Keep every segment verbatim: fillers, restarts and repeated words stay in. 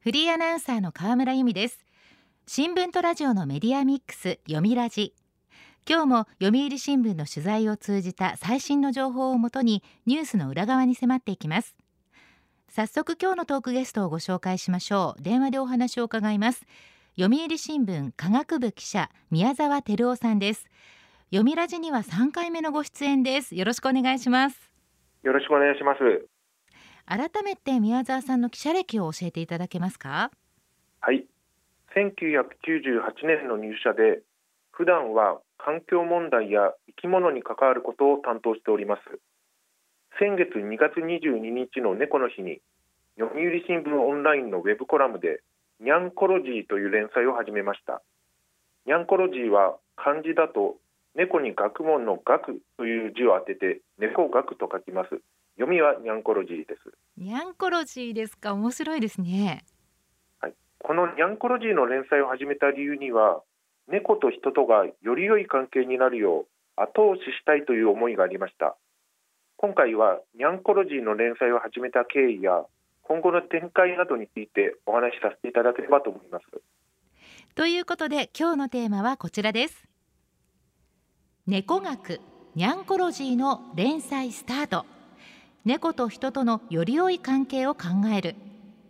フリーアナウンサーの河村由美です。新聞とラジオのメディアミックス読みラジ。今日も読売新聞の取材を通じた最新の情報をもとにニュースの裏側に迫っていきます。早速今日のトークゲストをご紹介しましょう。電話でお話を伺います。読売新聞科学部記者宮沢照夫さんです。読みラジにはさんかいめのご出演です。よろしくお願いします。 よろしくお願いします。 改めて宮沢さんの記者歴を教えていただけますか？ はい、せんきゅうひゃくきゅうじゅうはちねんの入社で、普段は環境問題や生き物に関わることを担当しております。先月にがつにじゅうににちの猫の日に、読売新聞オンラインのウェブコラムでニャンコロジーという連載を始めました。ニャンコロジーは漢字だと猫に学問の学という字を当てて猫学と書きます。読みはニャンコロジーです。 ニャンコロジーですか。面白いですね。 はい、このニャンコロジーの連載を始めた理由には、猫と人とがより良い関係になるよう後押ししたいという思いがありました。今回はニャンコロジーの連載を始めた経緯や今後の展開などについてお話しさせていただければと思います。 ということで今日のテーマはこちらです。猫学ニャンコロジーの連載スタート。猫と人とのより良い関係を考える。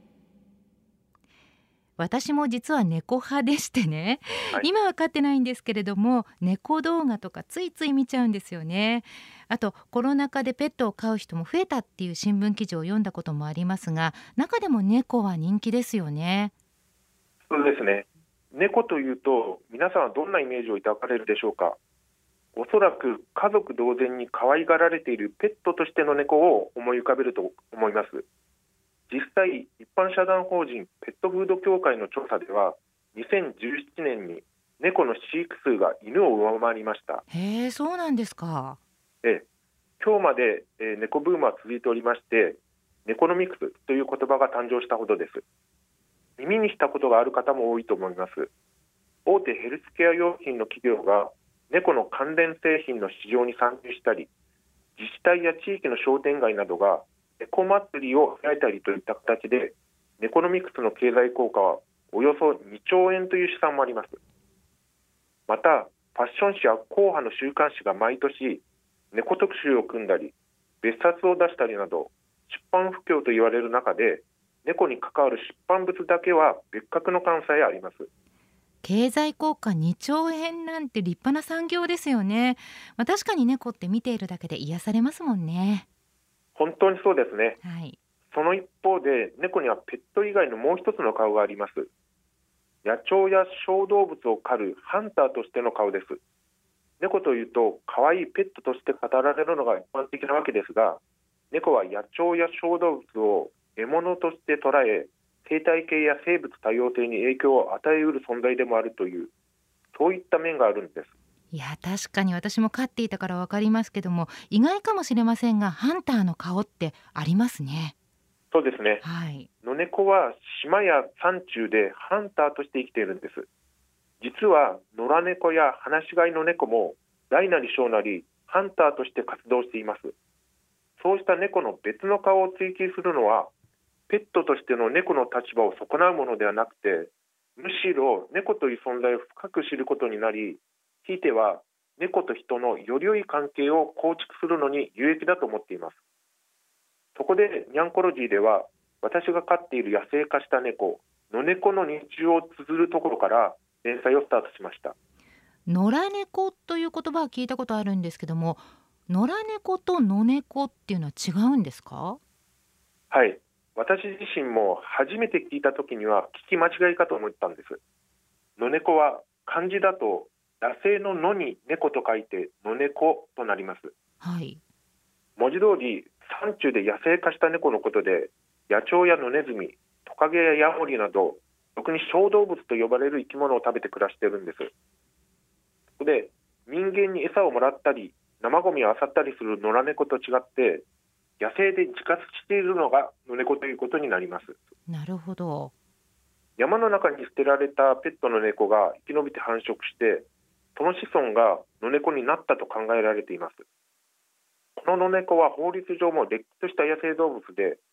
私も実は猫派でしてね、 はい、 今は飼ってないんですけれども、猫動画とかついつい見ちゃうんですよね。あとコロナ禍でペットを飼う人も増えたっていう新聞記事を読んだこともありますが、中でも猫は人気ですよね。 そうですね。猫というと皆さんはどんなイメージを抱かれるでしょうか。おそらく家族同然に可愛がられているペットとしての猫を思い浮かべると思います。実際、一般社団法人ペットフード協会の調査では、にせんじゅうななねんに猫の飼育数が犬を上回りました。 へえ、そうなんですか。 え今日まで、えー猫ブームは続いておりまして、ネコノミクスという言葉が誕生したほどです。耳にしたことがある方も多いと思います。大手ヘルスケア用品の企業が猫の関連製品の市場に参入したり、自治体や地域の商店街などが猫祭りを開いたりといった形で、ネコノミクスの経済効果はおよそにちょうえんという試算もあります。また、ファッション誌や硬派の週刊誌が毎年猫特集を組んだり別冊を出したりなど、出版不況と言われる中で猫に関わる出版物だけは別格の関西あります。 経済効果にちょうえんなんて立派な産業ですよね。まあ、確かに猫って見ているだけで癒されますもんね。 本当にそうですね。 はい。 その一方で猫にはペット以外のもう一つの顔があります。野鳥や小動物を狩るハンターとしての顔です。猫というと可愛いペットとして語られるのが一般的なわけですが、猫は野鳥や小動物を獲物として捉え、生態系や生物多様性に影響を与えうる存在でもあるという、そういった面があるんです。 いや確かに私も飼っていたからわかりますけども、意外かもしれませんがハンターの顔ってありますね。 そうですね。 はい。 野猫は島や山中でハンターとして生きているんです。実は野良猫や放し飼いの猫も大なり小なりハンターとして活動しています。そうした猫の別の顔を追求するのは、ペットとしての猫の立場を損なうものではなくて、むしろ猫という存在を深く知ることになり、ひいては猫と人のより良い関係を構築するのに有益だと思っています。そこでニャンコロジーでは、私が飼っている野生化した猫野猫の日常を綴るところから連載をスタートしました。 野良猫という言葉は聞いたことあるんですけども、野良猫と野猫っていうのは違うんですか？ はい、私自身も初めて聞いた時には聞き間違いかと思ったんです。野猫は漢字だと野生の野に猫と書いて野猫となります。 はい。 文字通り山中で野生化した猫のことで、野鳥や野ネズミ、トカゲやヤモリなど俗に小動物と呼ばれる生き物を食べて暮らしているんです。そこで人間に餌をもらったり生ゴミを漁ったりする野良猫と違って、野生で自活しているのが野猫ということになります。 なるほど。 山の中に捨てられたペットの猫が生き延びて繁殖して、その子孫が野猫になったと考えられています。この野猫は法律上もれっきとした野生動物で、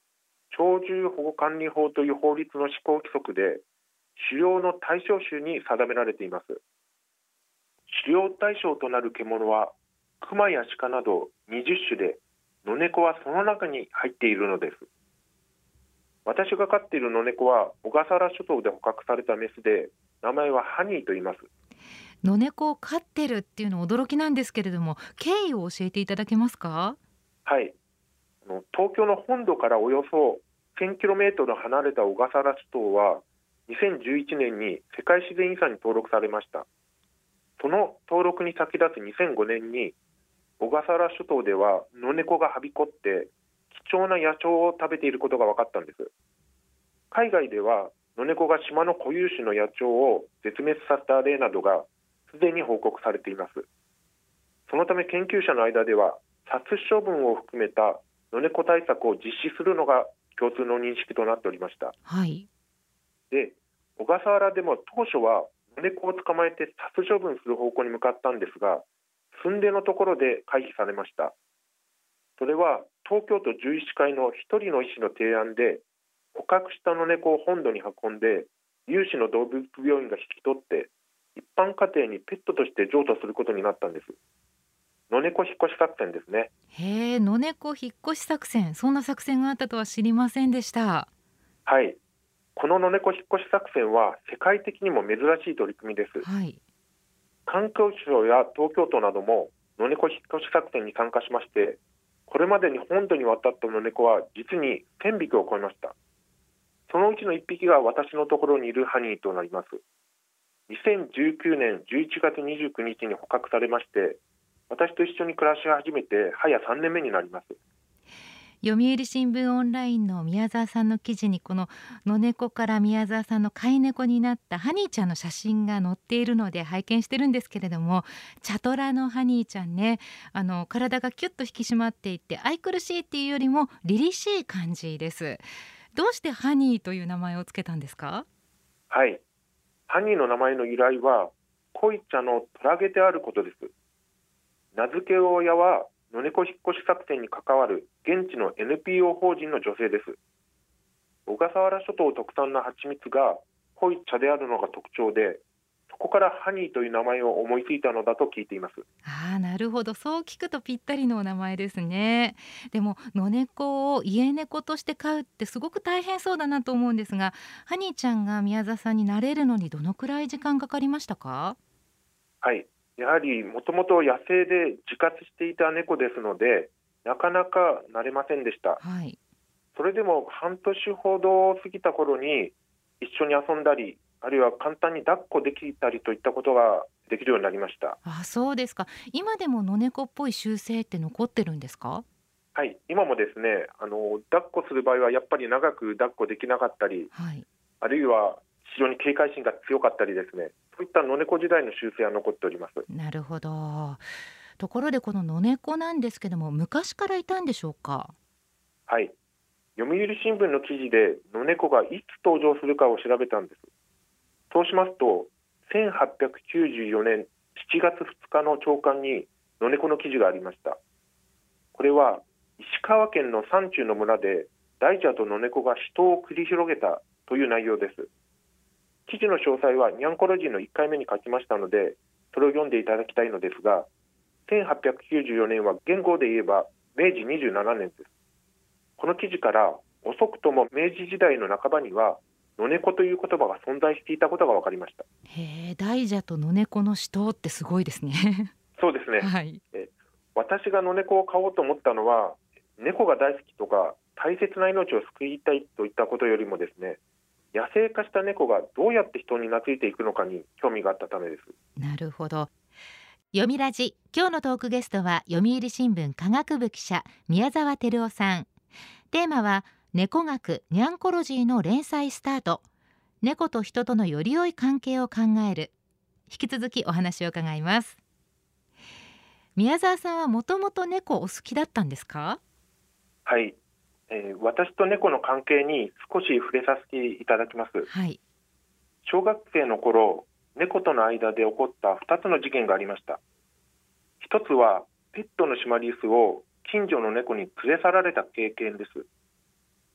鳥獣保護管理法という法律の施行規則で狩猟の対象種に定められています。狩猟対象となる獣はクマやシカなどにじゅっ種で、野猫はその中に入っているのです。私が飼っている野猫は小笠原諸島で捕獲されたメスで、名前はハニーと言います。 野猫を飼ってるっていうの驚きなんですけれども、経緯を教えていただけますか？ はい、あの東京の本土からおよそ せんキロメートル 離れた小笠原諸島はにせんじゅういちねんに世界自然遺産に登録されました。その登録に先立つにせんごねんに小笠原諸島では野猫がはびこって貴重な野鳥を食べていることが分かったんです。海外では野猫が島の固有種の野鳥を絶滅させた例などがすでに報告されています。そのため研究者の間では殺処分を含めた野猫対策を実施するのが共通の認識となっておりました。 はい。 で、小笠原でも当初は野猫を捕まえて殺処分する方向に向かったんですが、寸出のところで回避されました。それは東京都獣医師会の一人の医師の提案で、捕獲した野猫を本土に運んで有志の動物病院が引き取って一般家庭にペットとして譲渡することになったんです。野猫引っ越し作戦ですね。 へえ、野猫引っ越し作戦、そんな作戦があったとは知りませんでした。 はい、この野猫引っ越し作戦は世界的にも珍しい取り組みです。 はい。 環境省や東京都なども野猫引っ越し作戦に参加しまして、これまでに本土に渡った野猫は実にせんびきを超えました。そのうちのいっぴきが私のところにいるハニーとなります。にせんじゅうきゅうねんじゅういちがつにじゅうくにちに捕獲されまして、私と一緒に暮らし始めて早さんねんめになります。 読売新聞オンラインの宮沢さんの記事に、この野猫から宮沢さんの飼い猫になったハニーちゃんの写真が載っているので拝見してるんですけれども、チャトラのハニーちゃんね、あの体がキュッと引き締まっていて愛くるしいっていうよりも凛々しい感じです。どうしてハニーという名前をつけたんですか？ はい、ハニーの名前の由来は濃茶のトラゲであることです。名付け親は野猫引っ越し作戦に関わる現地の エヌピーオー 法人の女性です。小笠原諸島特産の蜂蜜が濃茶であるのが特徴で、そこからハニーという名前を思いついたのだと聞いています。 ああ、なるほど、そう聞くとぴったりのお名前ですね。でも野猫を家猫として飼うってすごく大変そうだなと思うんですが、ハニーちゃんが宮沢さんになれるのにどのくらい時間かかりましたか？ はい、やはりもともと野生で自活していた猫ですので、なかなか慣れませんでした。 はい。 それでも半年ほど過ぎた頃に一緒に遊んだり、あるいは簡単に抱っこできたりといったことができるようになりました。 あ、そうですか。今でも野猫っぽい習性って残ってるんですか？ はい、今もですね、あの抱っこする場合はやっぱり長く抱っこできなかったり、 はい。 あるいは非常に警戒心が強かったりですね、そういった野猫時代の習性は残っております。 なるほど。ところでこの野猫なんですけども、昔からいたんでしょうか？ はい、読売新聞の記事で野猫がいつ登場するかを調べたんです。そうしますとせんはっぴゃくきゅうじゅうよねんしちがつふつかの朝刊に野猫の記事がありました。これは石川県の山中の村で大蛇と野猫が死闘を繰り広げたという内容です。記事の詳細はニャンコロジーのいっかいめに書きましたので、それを読んでいただきたいのですが、せんはっぴゃくきゅうじゅうよねんは元号で言えばめいじにじゅうななねんです。この記事から遅くとも明治時代の半ばには野猫という言葉が存在していたことが分かりました。 へえ、大蛇と野猫の死闘ってすごいですね。 そうですね、 はい。 え私が野猫を飼おうと思ったのは、猫が大好きとか大切な命を救いたいといったことよりもですね、野生化した猫がどうやって人に懐いていくのかに興味があったためです。 なるほど。読みラジ、今日のトークゲストは読売新聞科学部記者宮沢照夫さん。テーマは猫学ニャンコロジーの連載スタート、猫と人とのより良い関係を考える。引き続きお話を伺います。宮沢さんはもともと猫お好きだったんですか？ はい、えー私と猫の関係に少し触れさせていただきます。 はい。 小学生の頃、猫との間で起こったふたつの事件がありました。一つはペットのシマリスを近所の猫に連れ去られた経験です。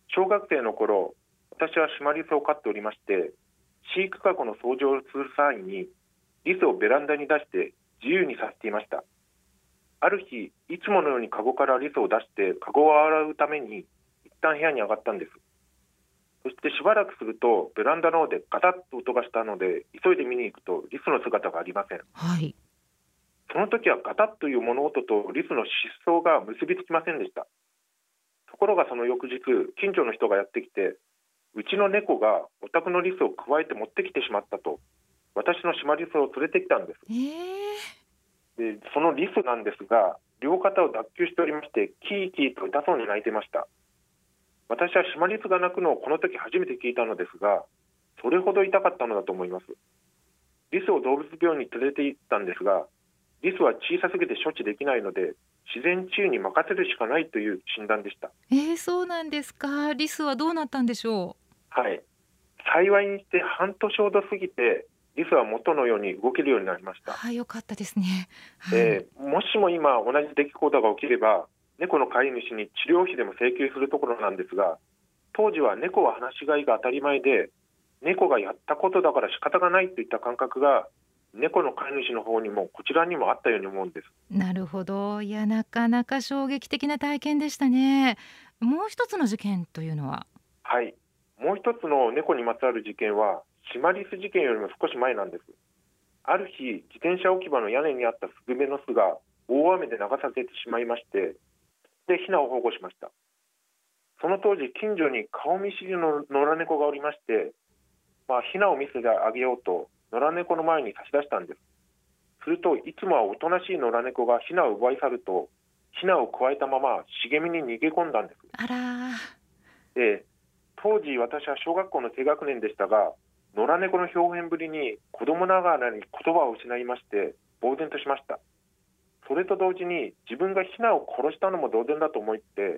小学生の頃、私はシマリスを飼っておりまして、飼育カゴの掃除をする際にリスをベランダに出して自由にさせていました。ある日、いつものようにカゴからリスを出してカゴを洗うために一旦部屋に上がったんです。そしてしばらくするとベランダの方でガタッと音がしたので、急いで見に行くとリスの姿がありません。 はい。 その時はガタッという物音とリスの失踪が結びつきませんでした。ところがその翌日、近所の人がやってきて、うちの猫がお宅のリスをくわえて持ってきてしまったと、私のシマリスを連れてきたんです。 えー、 で、そのリスなんですが、両肩を脱臼しておりまして、キーキーと痛そうに泣いていました。私はシマリスが鳴くのをこの時初めて聞いたのですが、それほど痛かったのだと思います。リスを動物病院に連れて行ったんですが、リスは小さすぎて処置できないので、自然治癒に任せるしかないという診断でした。 えー、そうなんですか。リスはどうなったんでしょはい。幸いにして半年ほど過ぎて、リスは元のように動けるようになりましう。 た。 はい、よかったですね。はい。 えーもしも今同じ出来事が起きれば、猫の飼い主に治療費でも請求するところなんですが、当時は猫は放し飼いが当たり前で、猫がやったことだから仕方がないといった感覚が猫の飼い主の方にもこちらにもあったように思うんです。 なるほど。いや、なかなか衝撃的な体験でしたね。もう一つの事件というのは？ はい。もう一つの猫にまつわる事件は、シマリス事件よりも少し前なんです。ある日、自転車置き場の屋根にあったスズメの巣が大雨で流されてしまいまして、で、ヒナを保護しました。その当時、近所に顔見知りの野良猫がおりまして、まあ、ヒナを見せてあげようと、野良猫の前に差し出したんです。すると、いつもはおとなしい野良猫がヒナを奪い去ると、ヒナをくわえたまま茂みに逃げ込んだんです。 あら。 で、当時私は小学校の低学年でしたが、野良猫の表現ぶりに子供ながらに言葉を失いまして、呆然としました。それと同時に自分がヒナを殺したのも同然だと思って、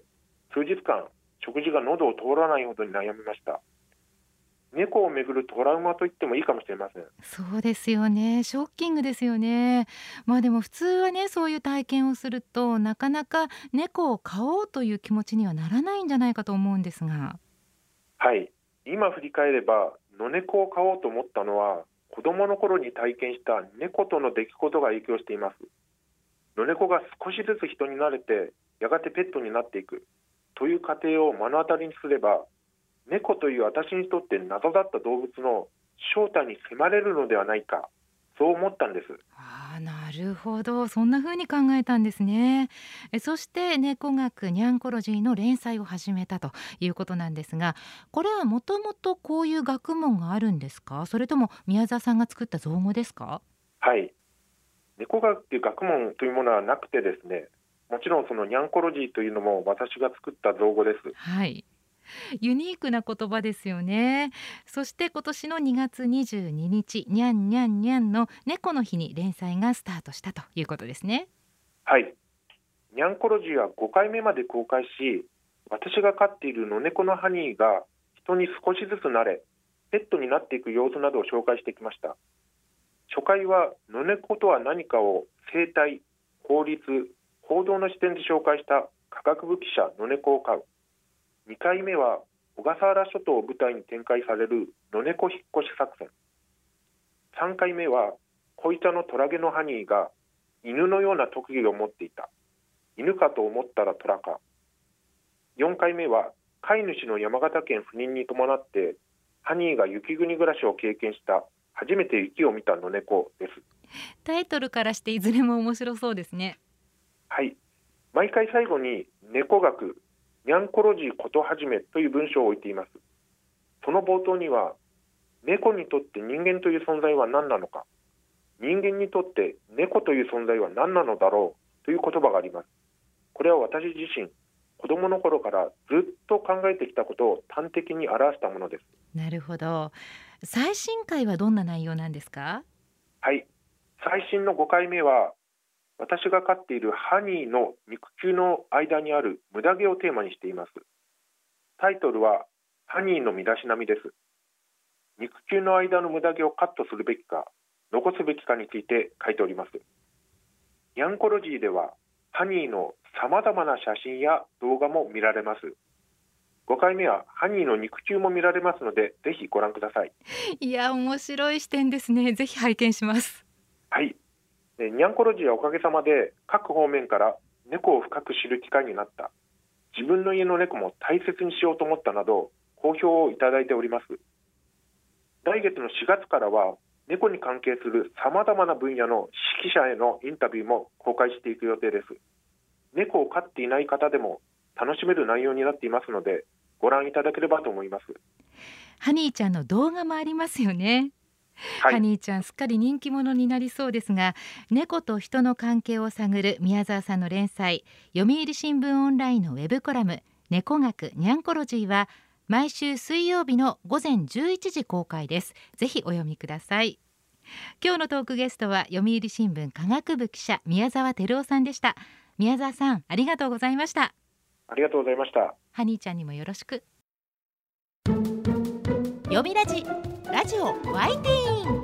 数日間食事が喉を通らないほどに悩みました。猫をめぐるトラウマと言ってもいいかもしれません。 そうですよね。ショッキングですよね。まあでも普通はね、そういう体験をするとなかなか猫を飼おうという気持ちにはならないんじゃないかと思うんですが。 はい、今振り返れば野猫を飼おうと思ったのは、子供の頃に体験した猫との出来事が影響しています。野猫が少しずつ人に慣れて、やがてペットになっていくという過程を目の当たりにすれば、猫という私にとって謎だった動物の正体に迫れるのではないか、そう思ったんです。 ああ、なるほど。そんな風に考えたんですね。えそして猫学ニャンコロジーの連載を始めたということなんですが、これはもともとこういう学問があるんですか？それとも宮沢さんが作った造語ですか？ はい、猫学という学問というものはなくてですね、もちろんそのニャンコロジーというのも私が作った造語です。 はい。ユニークな言葉ですよね。そして今年のにがつにじゅうににち、にゃんにゃんにゃんの猫の日に連載がスタートしたということですね。 はい、ニャンコロジーはごかいめまで公開し、私が飼っている野猫のハニーが人に少しずつ慣れ、ペットになっていく様子などを紹介してきました。初回は野猫とは何かを生態、法律、報道の視点で紹介した科学部記者野猫を飼う。にかいめは小笠原諸島を舞台に展開される野猫引っ越し作戦。さんかいめは小茶のトラゲのハニーが犬のような特技を持っていた。犬かと思ったら虎か。よんかいめは飼い主の山形県赴任に伴ってハニーが雪国暮らしを経験した初めて雪を見た野猫です。 タイトルからしていずれも面白そうですね。 はい、毎回最後に猫学ニャンコロジーことはじめという文章を置いています。その冒頭には、猫にとって人間という存在は何なのか、人間にとって猫という存在は何なのだろうという言葉があります。これは私自身、子供の頃からずっと考えてきたことを端的に表したものです。 なるほど。最新回はどんな内容なんですか？ はい、最新のごかいめは、私が飼っているハニーの肉球の間にあるムダ毛をテーマにしています。タイトルはハニーの身だしなみです。肉球の間のムダ毛をカットするべきか残すべきかについて書いております。ニャンコロジーではハニーのさまざまな写真や動画も見られます。 ごかいめはハニーの肉球も見られますので、ぜひご覧ください。 いや、面白い視点ですね。ぜひ拝見します。 はい。えニャンコロジーはおかげさまで各方面から猫を深く知る機会になった、自分の家の猫も大切にしようと思ったなど好評をいただいております。来月のしがつからは猫に関係するさまざまな分野の識者へのインタビューも公開していく予定です。猫を飼っていない方でも楽しめる内容になっていますので、ご覧いただければと思います。 ハニーちゃんの動画もありますよね。はい、ハニーちゃんすっかり人気者になりそうですが、猫と人の関係を探る宮沢さんの連載、読売新聞オンラインのウェブコラム猫学ニャンコロジーは毎週水曜日のごぜんじゅういちじ公開です。ぜひお読みください。今日のトークゲストは読売新聞科学部記者宮沢照夫さんでした。宮沢さん、ありがとうございました。 ありがとうございました。 ハニーちゃんにもよろしく。読みラジラジオワイティーン。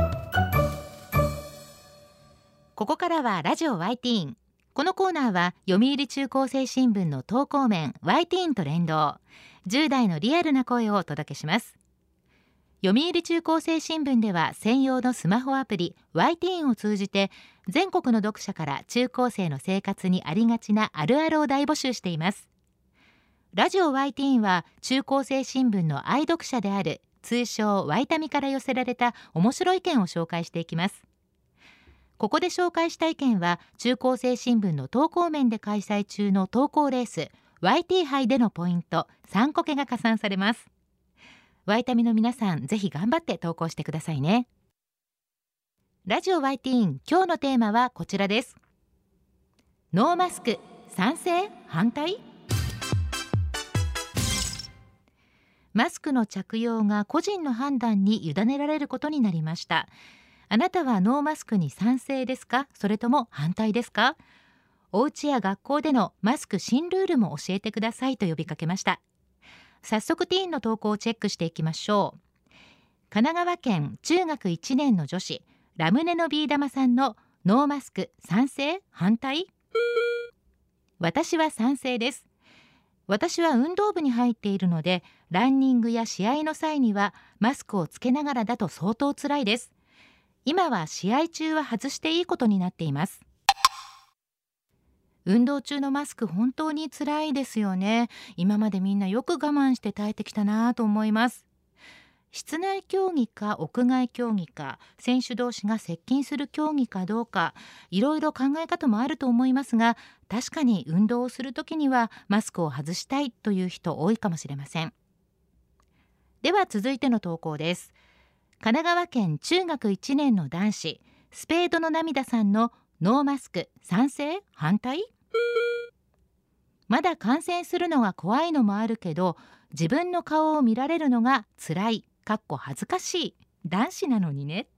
ここからはラジオワイティーン。このコーナーは読売中高生新聞の投稿面ワイティーンと連動、じゅう代のリアルな声をお届けします。読売中高生新聞では専用のスマホアプリワイティーンを通じて全国の読者から中高生の生活にありがちなあるあるを大募集しています。ラジオワイティーンは中高生新聞の愛読者である通称ワイタミから寄せられた面白い意見を紹介していきます。ここで紹介した意見は中高生新聞の投稿面で開催中の投稿レース ワイティー 杯でのポイントさんこけが加算されます。ワイタミの皆さん、ぜひ頑張って投稿してくださいね。ラジオワイティーン、今日のテーマはこちらです。ノーマスク賛成反対？マスクの着用が個人の判断に委ねられることになりました。あなたはノーマスクに賛成ですか、それとも反対ですか？お家や学校でのマスク新ルールも教えてくださいと呼びかけました。早速ティーンの投稿をチェックしていきましょう。神奈川県中学いちねんの女子ラムネのビー玉さんのノーマスク賛成反対？私は賛成です。私は運動部に入っているのでランニングや試合の際にはマスクをつけながらだと相当辛いです。今は試合中は外していいことになっています。運動中のマスク本当に辛いですよね。今までみんなよく我慢して耐えてきたなと思います。室内競技か屋外競技か、選手同士が接近する競技かどうか、いろいろ考え方もあると思いますが、確かに運動をするときにはマスクを外したいという人多いかもしれません。では続いての投稿です。神奈川県中学いちねんの男子スペードの涙さんのノーマスク賛成反対？まだ感染するのが怖いのもあるけど、自分の顔を見られるのが辛いかっこ恥ずかしい男子なのにね。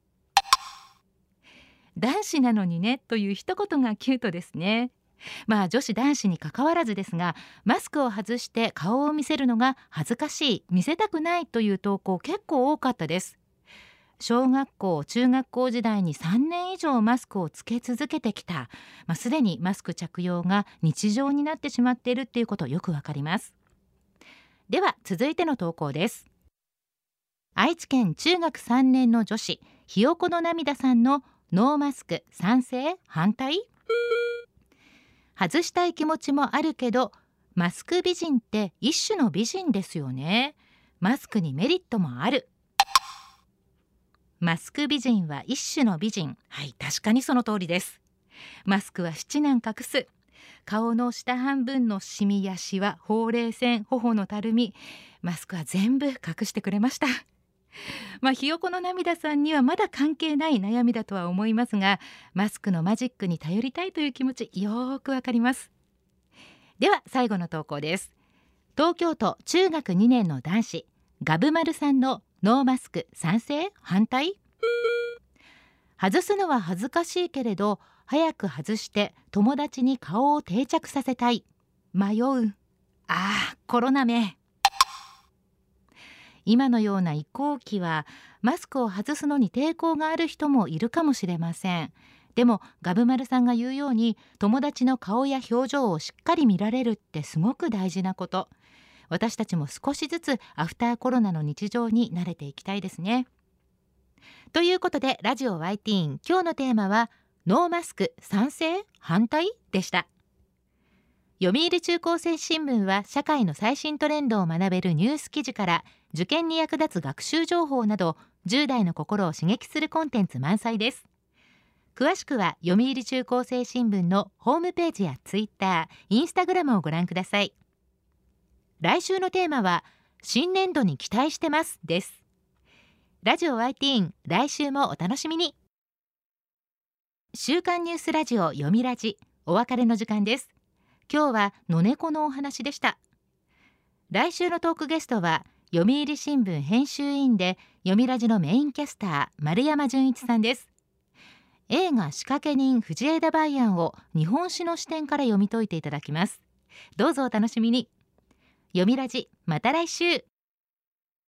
男子なのにねという一言がキュートですね。まあ女子男子に関わらずですが、マスクを外して顔を見せるのが恥ずかしい、見せたくないという投稿結構多かったです。小学校中学校時代にさんねん以上マスクをつけ続けてきた、まあ、すでにマスク着用が日常になってしまっているっていうことよくわかります。では続いての投稿です。愛知県中学さんねんの女子ひよこの涙さんのノーマスク賛成反対？外したい気持ちもあるけど、マスク美人って一種の美人ですよね。マスクにメリットもある。マスク美人は一種の美人。はい、確かにその通りです。マスクは七難隠す。顔の下半分のシミやシワ、ほうれい線、頬のたるみ、マスクは全部隠してくれました。まあひよこの涙さんにはまだ関係ない悩みだとは思いますが、マスクのマジックに頼りたいという気持ちよくわかります。では最後の投稿です。東京都中学にねんの男子ガブマルさんのノーマスク賛成反対？外すのは恥ずかしいけれど、早く外して友達に顔を定着させたい。迷う。ああ、コロナめ。今のような移行期はマスクを外すのに抵抗がある人もいるかもしれません。でもガブマルさんが言うように、友達の顔や表情をしっかり見られるってすごく大事なこと。 私たちも少しずつアフターコロナの日常に慣れていきたいですね。ということで、ラジオ ワイティーン、今日のテーマはノーマスク賛成反対でした。読売中高生新聞は社会の最新トレンドを学べるニュース記事から受験に役立つ学習情報などじゅう代の心を刺激するコンテンツ満載です。詳しくは読売中高生新聞のホームページやツイッター、インスタグラムをご覧ください。来週のテーマは新年度に期待してますです。ラジオ ワイティーン、来週もお楽しみに。週刊ニュースラジオ読みラジ、お別れの時間です。今日は野猫のお話でした。来週のトークゲストは読売新聞編集委員で読みラジのメインキャスター丸山純一さんです。映画仕掛け人藤枝梅安を日本史の視点から読み解いていただきます。どうぞお楽しみに。読みラジ、また来週。